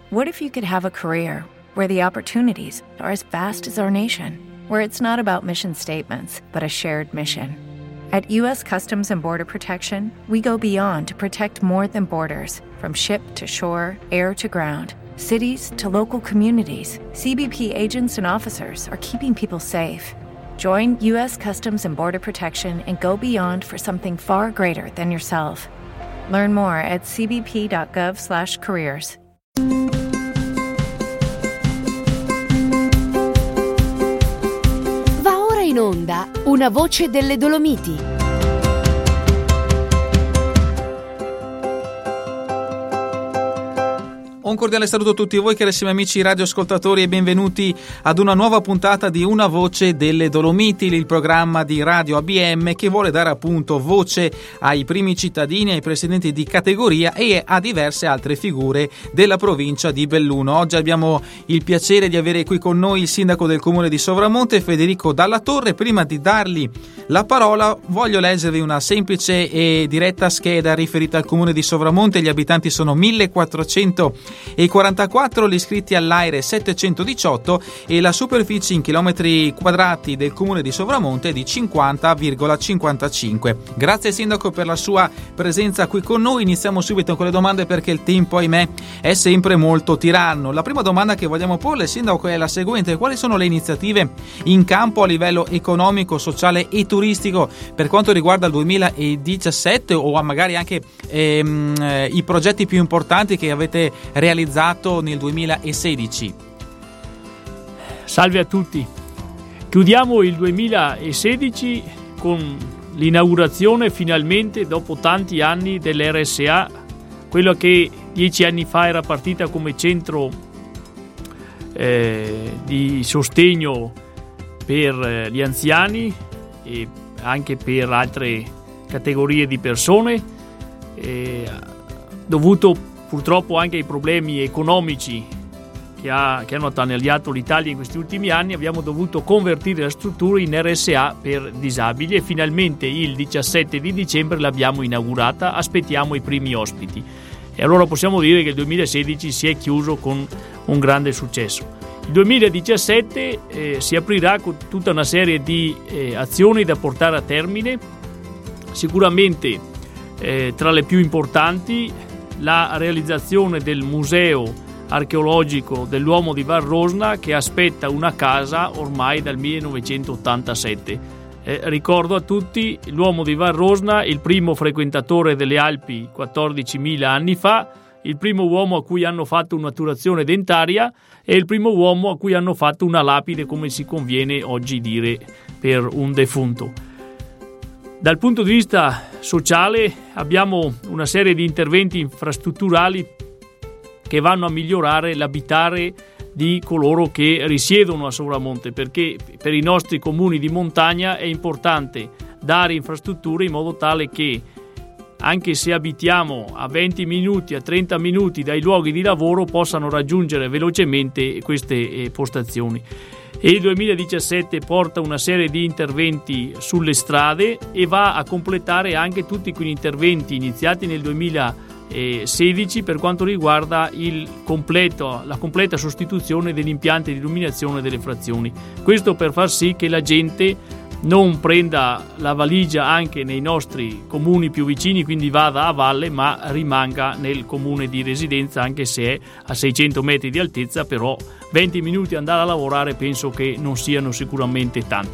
What if you could have a career where the opportunities are as vast as our nation, where it's not about mission statements, but a shared mission? At U.S. Customs and Border Protection, we go beyond to protect more than borders. From ship to shore, air to ground, cities to local communities, CBP agents and officers are keeping people safe. Join U.S. Customs and Border Protection and go beyond for something far greater than yourself. Learn more at cbp.gov/careers. Va ora in onda Una voce delle Dolomiti. Un cordiale saluto a tutti voi carissimi amici radioascoltatori e benvenuti ad una nuova puntata di Una voce delle Dolomiti, il programma di Radio ABM che vuole dare appunto voce ai primi cittadini, ai presidenti di categoria e a diverse altre figure della provincia di Belluno. Oggi abbiamo il piacere di avere qui con noi il sindaco del comune di Sovramonte, Federico Dalla Torre. Prima di dargli la parola voglio leggervi una semplice e diretta scheda riferita al comune di Sovramonte. Gli abitanti sono 1444, gli iscritti all'AIRE 718 e la superficie in chilometri quadrati del comune di Sovramonte è di 50,55. Grazie sindaco per la sua presenza qui con noi. Iniziamo subito con le domande perché il tempo, ahimè, è sempre molto tiranno. La prima domanda che vogliamo porle, sindaco, è la seguente: quali sono le iniziative in campo a livello economico, sociale e turistico per quanto riguarda il 2017 o magari anche i progetti più importanti che avete realizzato nel 2016? Salve a tutti. Chiudiamo il 2016 con l'inaugurazione finalmente dopo tanti anni dell'RSA, quello che 10 anni fa era partita come centro di sostegno per gli anziani e anche per altre categorie di persone, dovuto purtroppo anche ai problemi economici che hanno attanagliato l'Italia in questi ultimi anni. Abbiamo dovuto convertire la struttura in RSA per disabili e finalmente il 17 di dicembre l'abbiamo inaugurata. Aspettiamo i primi ospiti e allora possiamo dire che il 2016 si è chiuso con un grande successo. Il 2017 si aprirà con tutta una serie di azioni da portare a termine. Sicuramente tra le più importanti la realizzazione del museo archeologico dell'uomo di Valrosna, che aspetta una casa ormai dal 1987. Ricordo a tutti, l'uomo di Valrosna, il primo frequentatore delle Alpi 14.000 anni fa, il primo uomo a cui hanno fatto un'otturazione dentaria e il primo uomo a cui hanno fatto una lapide, come si conviene oggi dire per un defunto. Dal punto di vista sociale abbiamo una serie di interventi infrastrutturali che vanno a migliorare l'abitare di coloro che risiedono a Sovramonte, perché per i nostri comuni di montagna è importante dare infrastrutture in modo tale che, anche se abitiamo a 20 minuti, a 30 minuti dai luoghi di lavoro, possano raggiungere velocemente queste postazioni. E il 2017 porta una serie di interventi sulle strade e va a completare anche tutti quegli interventi iniziati nel 2016 per quanto riguarda la completa sostituzione degli impianti di illuminazione delle frazioni. Questo per far sì che la gente non prenda la valigia anche nei nostri comuni più vicini, quindi vada a valle, ma rimanga nel comune di residenza, anche se è a 600 metri di altezza, però 20 minuti andare a lavorare penso che non siano sicuramente tanti.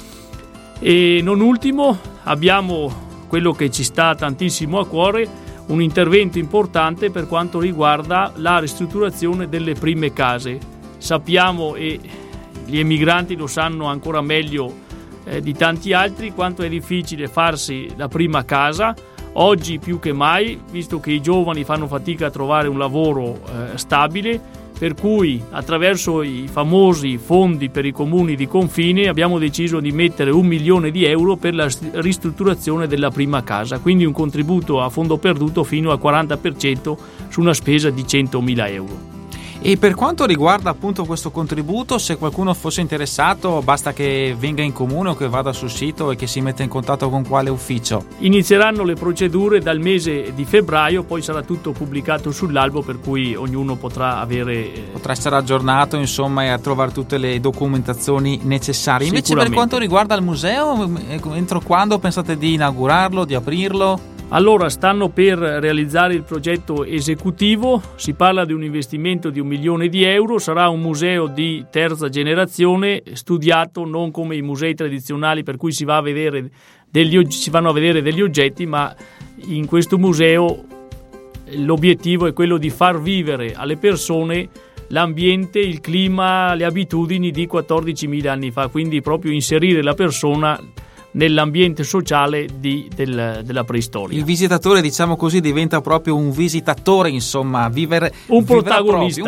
E non ultimo abbiamo quello che ci sta tantissimo a cuore, un intervento importante per quanto riguarda la ristrutturazione delle prime case. Sappiamo, e gli emigranti lo sanno ancora meglio di tanti altri, quanto è difficile farsi la prima casa oggi più che mai, visto che i giovani fanno fatica a trovare un lavoro stabile, per cui attraverso i famosi fondi per i comuni di confine abbiamo deciso di mettere 1 milione di euro per la ristrutturazione della prima casa, quindi un contributo a fondo perduto fino al 40% su una spesa di 100.000 euro. E per quanto riguarda appunto questo contributo, se qualcuno fosse interessato, basta che venga in comune o che vada sul sito e che si metta in contatto con quale ufficio? Inizieranno le procedure dal mese di febbraio, poi sarà tutto pubblicato sull'albo, per cui ognuno potrà essere aggiornato, insomma, e a trovare tutte le documentazioni necessarie. Invece per quanto riguarda il museo, entro quando pensate di inaugurarlo, di aprirlo? Allora, stanno per realizzare il progetto esecutivo, si parla di un investimento di 1 milione di euro, sarà un museo di terza generazione, studiato non come i musei tradizionali per cui si vanno a vedere degli oggetti, ma in questo museo l'obiettivo è quello di far vivere alle persone l'ambiente, il clima, le abitudini di 14.000 anni fa, quindi proprio inserire la persona nell'ambiente sociale della preistoria. Il visitatore, diciamo così, diventa proprio un visitatore, insomma, un protagonista.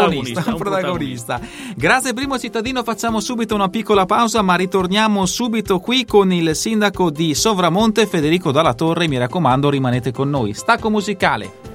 Grazie primo cittadino, facciamo subito una piccola pausa, ma ritorniamo subito qui con il sindaco di Sovramonte, Federico Dalla Torre. Mi raccomando, rimanete con noi. Stacco musicale.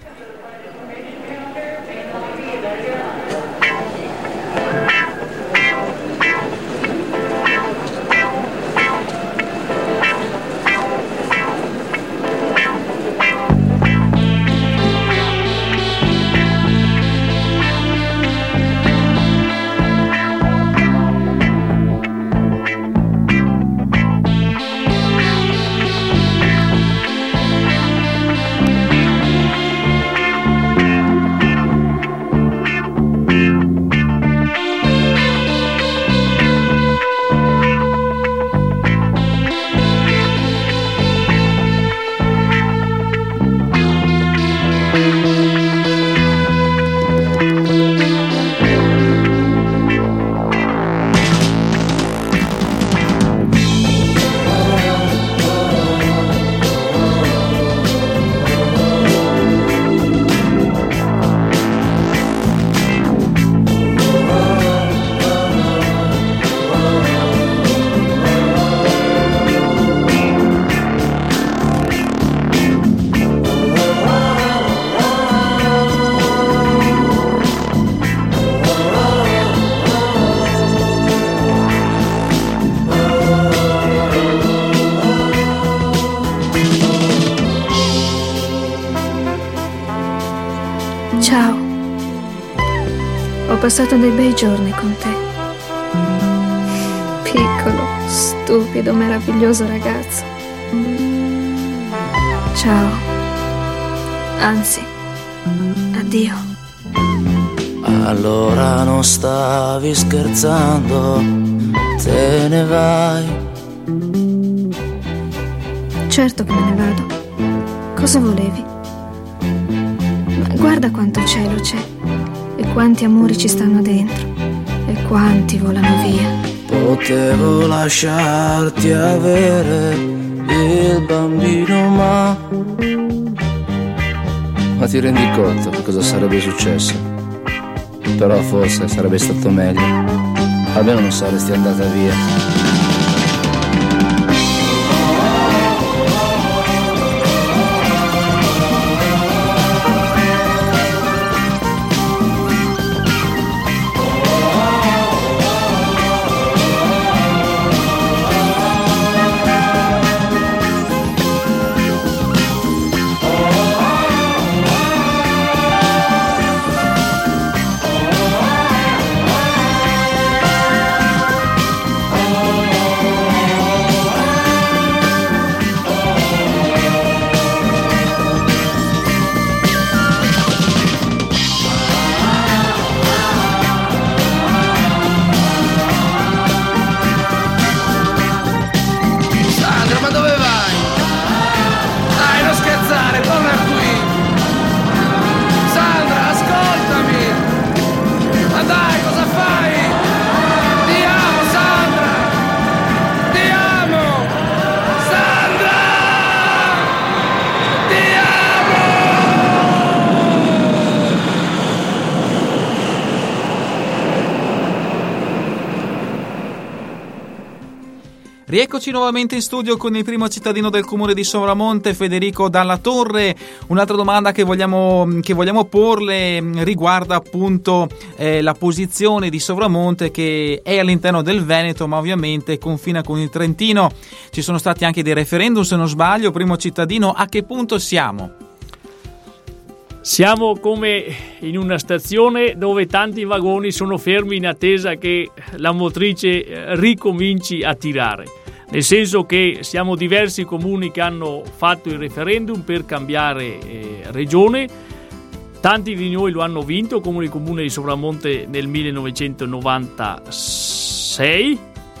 Ciao, ho passato dei bei giorni con te. Piccolo, stupido, meraviglioso ragazzo. Ciao. Anzi, addio. Allora non stavi scherzando, te ne vai. Certo che me ne vado. Cosa volevi? Ma guarda quanto cielo c'è, e quanti amori ci stanno dentro, e quanti volano via. Potevo lasciarti avere il bambino, ma ti rendi conto di cosa sarebbe successo? Però forse sarebbe stato meglio, almeno non saresti andata via. Rieccoci nuovamente in studio con il primo cittadino del comune di Sovramonte, Federico Dalla Torre. Un'altra domanda che vogliamo porle riguarda appunto la posizione di Sovramonte, che è all'interno del Veneto ma ovviamente confina con il Trentino. Ci sono stati anche dei referendum, se non sbaglio. Primo cittadino, a che punto siamo? Siamo come in una stazione dove tanti vagoni sono fermi in attesa che la motrice ricominci a tirare. Nel senso che siamo diversi comuni che hanno fatto il referendum per cambiare regione. Tanti di noi lo hanno vinto, come il comune di Sovramonte nel 1996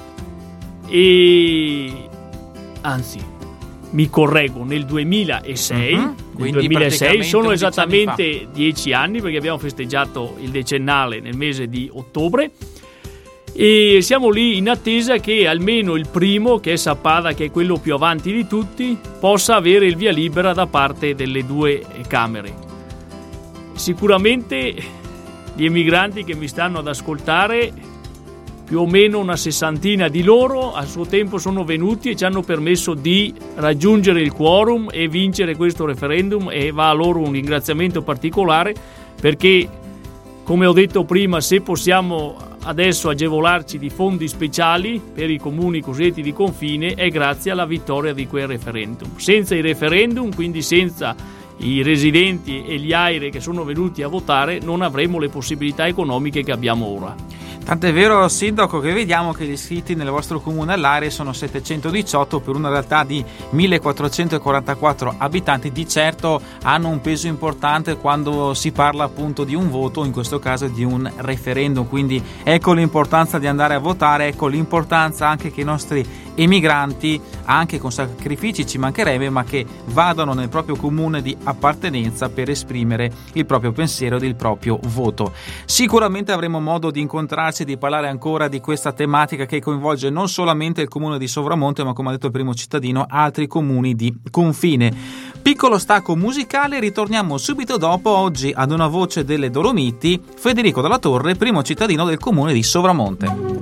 mi correggo, nel 2006. Nel 2006 sono esattamente 10 anni, perché abbiamo festeggiato il decennale nel mese di ottobre, e siamo lì in attesa che almeno il primo, che è Sappada, che è quello più avanti di tutti, possa avere il via libera da parte delle due Camere. Sicuramente gli emigranti che mi stanno ad ascoltare, più o meno una 60 di loro, a suo tempo sono venuti e ci hanno permesso di raggiungere il quorum e vincere questo referendum, e va a loro un ringraziamento particolare, perché, come ho detto prima, se possiamo adesso agevolarci di fondi speciali per i comuni cosiddetti di confine, è grazie alla vittoria di quel referendum. Senza i referendum, quindi senza i residenti e gli AIRE che sono venuti a votare, non avremo le possibilità economiche che abbiamo ora. Tant'è vero, Sindaco, che vediamo che gli iscritti nel vostro comune all'AIRE sono 718 per una realtà di 1444 abitanti. Di certo hanno un peso importante quando si parla appunto di un voto, in questo caso di un referendum, quindi ecco l'importanza di andare a votare, ecco l'importanza anche che i nostri emigranti, anche con sacrifici ci mancherebbe, ma che vadano nel proprio comune di appartenenza per esprimere il proprio pensiero ed il proprio voto. Sicuramente avremo modo di incontrarci e di parlare ancora di questa tematica che coinvolge non solamente il comune di Sovramonte, ma, come ha detto il primo cittadino, altri comuni di confine. Piccolo stacco musicale, ritorniamo subito dopo. Oggi ad una voce delle Dolomiti, Federico Dalla Torre, primo cittadino del comune di Sovramonte.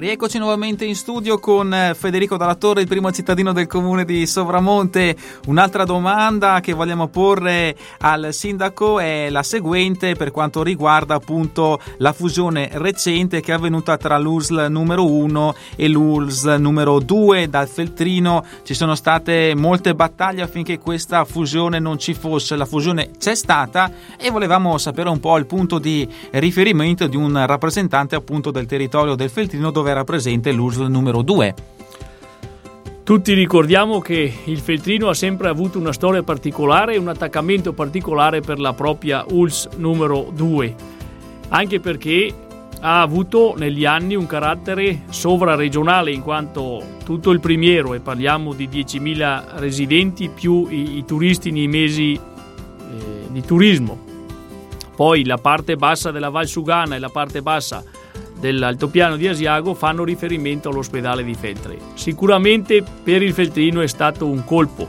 Rieccoci nuovamente in studio con Federico Dalla Torre, il primo cittadino del comune di Sovramonte. Un'altra domanda che vogliamo porre al sindaco è la seguente per quanto riguarda appunto la fusione recente che è avvenuta tra l'USL numero 1 e l'USL numero 2. Dal Feltrino ci sono state molte battaglie affinché questa fusione non ci fosse. La fusione c'è stata e volevamo sapere un po' il punto di riferimento di un rappresentante appunto del territorio del Feltrino dove era presente l'USL numero 2. Tutti ricordiamo che il Feltrino ha sempre avuto una storia particolare e un attaccamento particolare per la propria ULS numero 2, anche perché ha avuto negli anni un carattere sovraregionale, in quanto tutto il Primiero, e parliamo di 10.000 residenti più i turisti nei mesi di turismo, poi la parte bassa della Val Sugana e la parte bassa dell'altopiano di Asiago fanno riferimento all'ospedale di Feltre. Sicuramente per il Feltrino è stato un colpo,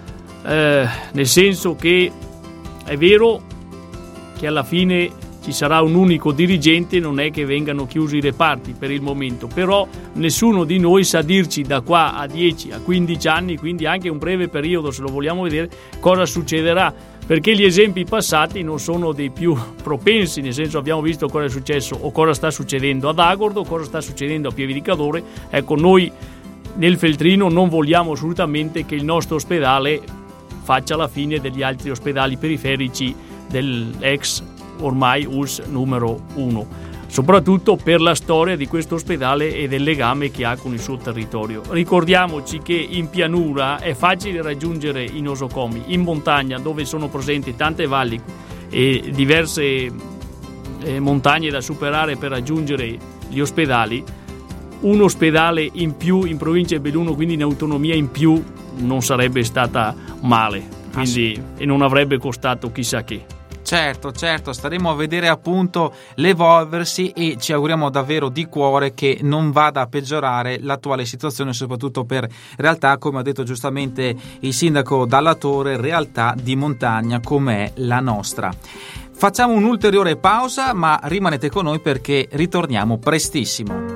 nel senso che è vero che alla fine ci sarà un unico dirigente, non è che vengano chiusi i reparti per il momento, però nessuno di noi sa dirci da qua a 10, a 15 anni, quindi anche un breve periodo se lo vogliamo vedere, cosa succederà, perché gli esempi passati non sono dei più propensi, nel senso abbiamo visto cosa è successo o cosa sta succedendo ad Agordo, cosa sta succedendo a Pieve di Cadore. Ecco, noi nel Feltrino non vogliamo assolutamente che il nostro ospedale faccia la fine degli altri ospedali periferici dell'ex ormai ULS numero 1, soprattutto per la storia di questo ospedale e del legame che ha con il suo territorio. Ricordiamoci che in pianura è facile raggiungere i nosocomi, in montagna dove sono presenti tante valli e diverse montagne da superare per raggiungere gli ospedali, un ospedale in più in provincia di Belluno, quindi in autonomia in più, non sarebbe stata male, quindi, e non avrebbe costato chissà che. Certo, staremo a vedere appunto l'evolversi e ci auguriamo davvero di cuore che non vada a peggiorare l'attuale situazione, soprattutto per realtà, come ha detto giustamente il sindaco Dalla Torre, realtà di montagna come è la nostra. Facciamo un'ulteriore pausa, ma rimanete con noi perché ritorniamo prestissimo.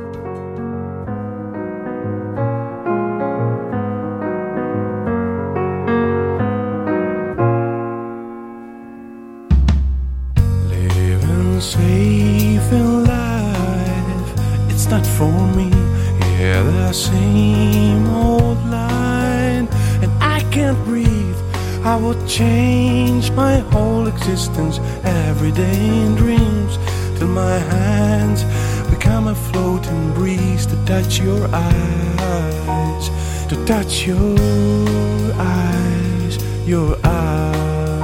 Safe in life, it's not for me. Yeah, the same old line, and I can't breathe. I would change my whole existence every day in dreams, till my hands become a floating breeze to touch your eyes, to touch your eyes, your eyes.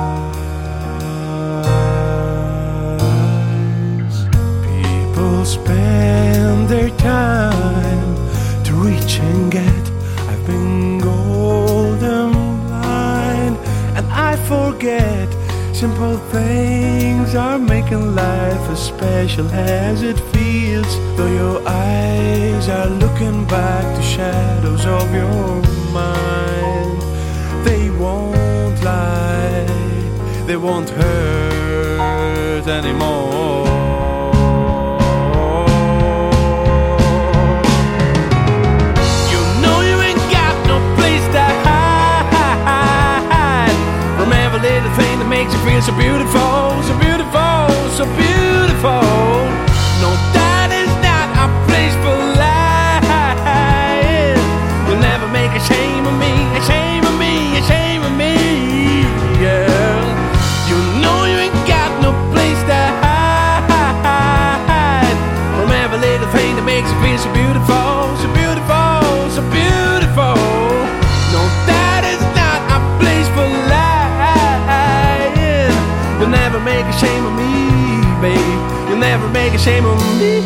Spend their time to reach and get. I've been golden blind, and I forget simple things are making life as special as it feels. Though your eyes are looking back to shadows of your mind, they won't lie, they won't hurt anymore. Makes you feel so beautiful, so beautiful, so beautiful. No, that is not a place for lying. You'll never make a shame of me, a shame of me, a shame of me, girl. You know you ain't got no place to hide from every little thing that makes you feel so beautiful, so beautiful, so beautiful. No, that is not a place for lying. You'll never make a shame of me, babe. You'll never make a shame of me.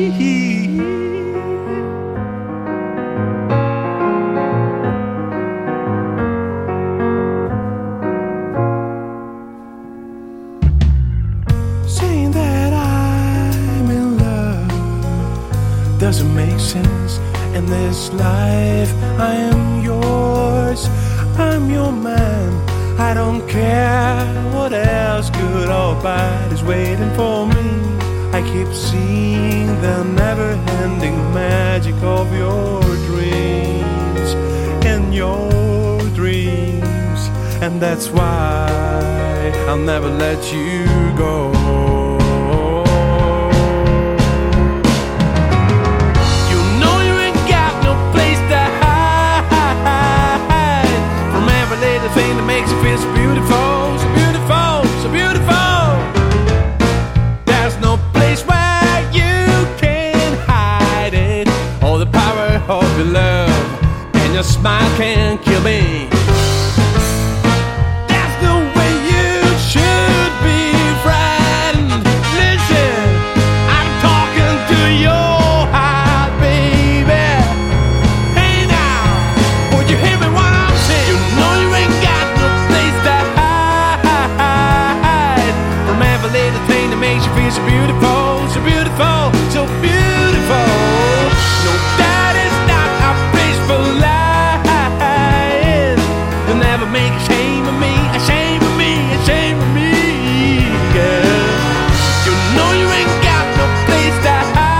Saying that I'm in love doesn't make sense. In this life I am yours, I'm your man. I don't care else good or bad is waiting for me. I keep seeing the never-ending magic of your dreams, in your dreams. And that's why I'll never let you go. You know you ain't got no place to hide from every little thing that makes you feel so beautiful, so beautiful, so beautiful. There's no place where you can hide it. All the power of your love and your smile can kill me. So beautiful, so beautiful, so beautiful. No, that is not a place for lying. You'll never make a shame of me, a shame of me, a shame of me, girl. You know you ain't got no place to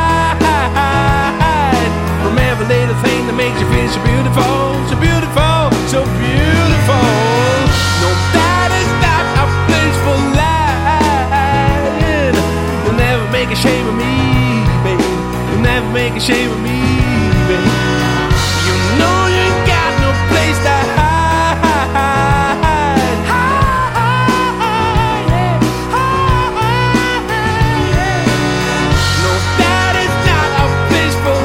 hide from every little thing that makes you feel so beautiful, so beautiful, so beautiful. No, that is not a place for lying. Make a shame of me, baby. You'll never make a shame of me, baby. You know you ain't got no place to hide. No, that is not a place for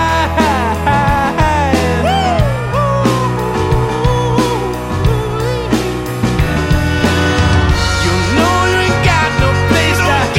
lying. You know you ain't got no place to hide.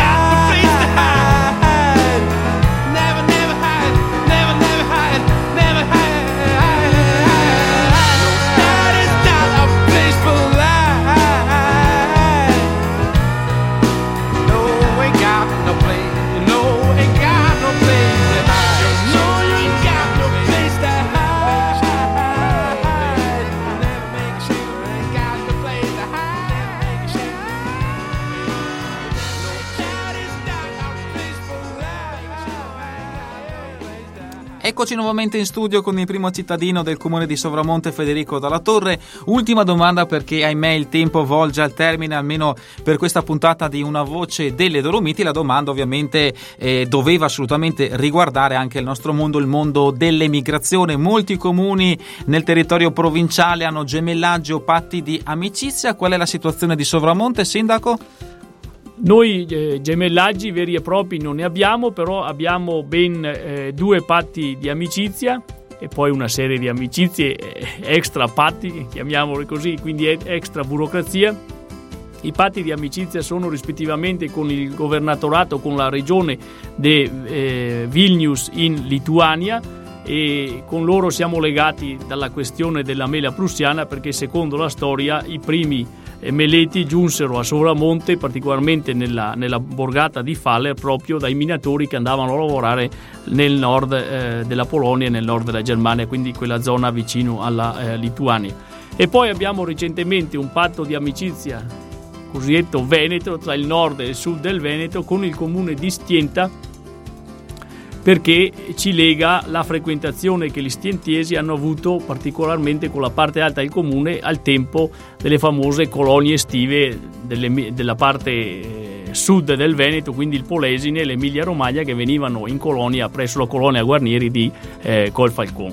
Eccoci nuovamente in studio con il primo cittadino del comune di Sovramonte, Federico Dalla Torre. Ultima domanda, perché ahimè il tempo volge al termine, almeno per questa puntata di Una Voce delle Dolomiti. La domanda ovviamente doveva assolutamente riguardare anche il nostro mondo, il mondo dell'emigrazione. Molti comuni nel territorio provinciale hanno gemellaggi o patti di amicizia. Qual è la situazione di Sovramonte, sindaco? Noi gemellaggi veri e propri non ne abbiamo, però abbiamo ben 2 patti di amicizia e poi una serie di amicizie extra patti, chiamiamoli così, quindi extra burocrazia. I patti di amicizia sono rispettivamente con il governatorato, con la regione di Vilnius in Lituania, e con loro siamo legati dalla questione della mela prussiana, perché secondo la storia i primi meleti giunsero a Sovramonte, particolarmente nella borgata di Faller, proprio dai minatori che andavano a lavorare nel nord della Polonia e nel nord della Germania, quindi quella zona vicino alla Lituania. E poi abbiamo recentemente un patto di amicizia cosiddetto veneto tra il nord e il sud del Veneto con il comune di Stienta, perché ci lega la frequentazione che gli stientiesi hanno avuto particolarmente con la parte alta del comune al tempo delle famose colonie estive della parte sud del Veneto, quindi il Polesine e l'Emilia Romagna, che venivano in colonia presso la colonia Guarnieri di Colfalcon.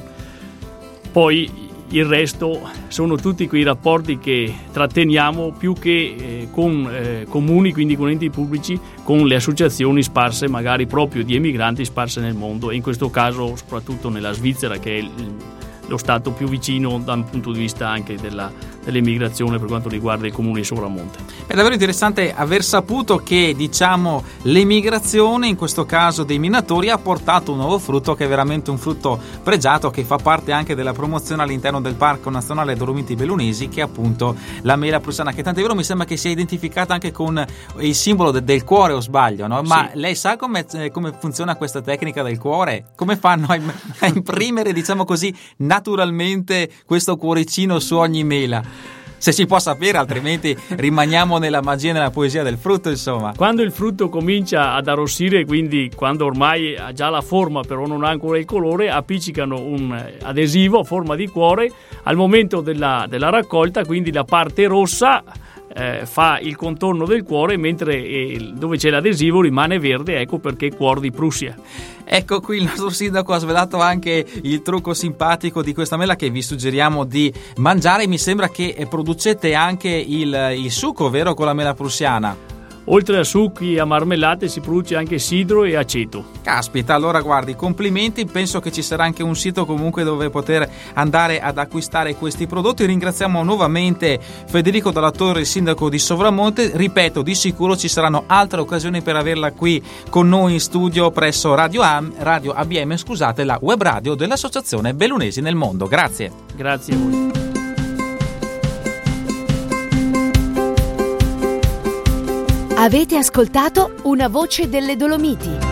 Poi il resto sono tutti quei rapporti che tratteniamo più che con comuni, quindi con enti pubblici, con le associazioni sparse magari proprio di emigranti sparse nel mondo, e in questo caso soprattutto nella Svizzera, che è lo stato più vicino da un punto di vista anche dell'emigrazione per quanto riguarda il comune di Sovramonte. È davvero interessante aver saputo che, diciamo, l'emigrazione, in questo caso dei minatori, ha portato un nuovo frutto, che è veramente un frutto pregiato, che fa parte anche della promozione all'interno del Parco Nazionale Dolomiti Bellunesi, che è appunto la mela prussiana, che tanto è vero mi sembra che sia identificata anche con il simbolo del cuore, o sbaglio, no? Ma sì. Lei sa come funziona questa tecnica del cuore? Come fanno a imprimere, diciamo così, naturalmente questo cuoricino su ogni mela? Se si può sapere, altrimenti rimaniamo nella magia e nella poesia del frutto, insomma. Quando il frutto comincia ad arrossire, quindi quando ormai ha già la forma però non ha ancora il colore, appiccicano un adesivo a forma di cuore. Al momento della raccolta, quindi la parte rossa fa il contorno del cuore, mentre dove c'è l'adesivo rimane verde, ecco perché cuor di Prussia. Ecco, qui il nostro sindaco ha svelato anche il trucco simpatico di questa mela che vi suggeriamo di mangiare. Mi sembra che producete anche il succo, vero, con la mela prussiana? Oltre a succhi e a marmellate si produce anche sidro e aceto. Caspita, allora guardi, complimenti, penso che ci sarà anche un sito comunque dove poter andare ad acquistare questi prodotti. Ringraziamo nuovamente Federico Dalla Torre, il sindaco di Sovramonte. Ripeto, di sicuro ci saranno altre occasioni per averla qui con noi in studio presso Radio ABM, la web radio dell'Associazione Bellunesi nel Mondo. Grazie. Grazie a voi. Avete ascoltato Una voce delle Dolomiti.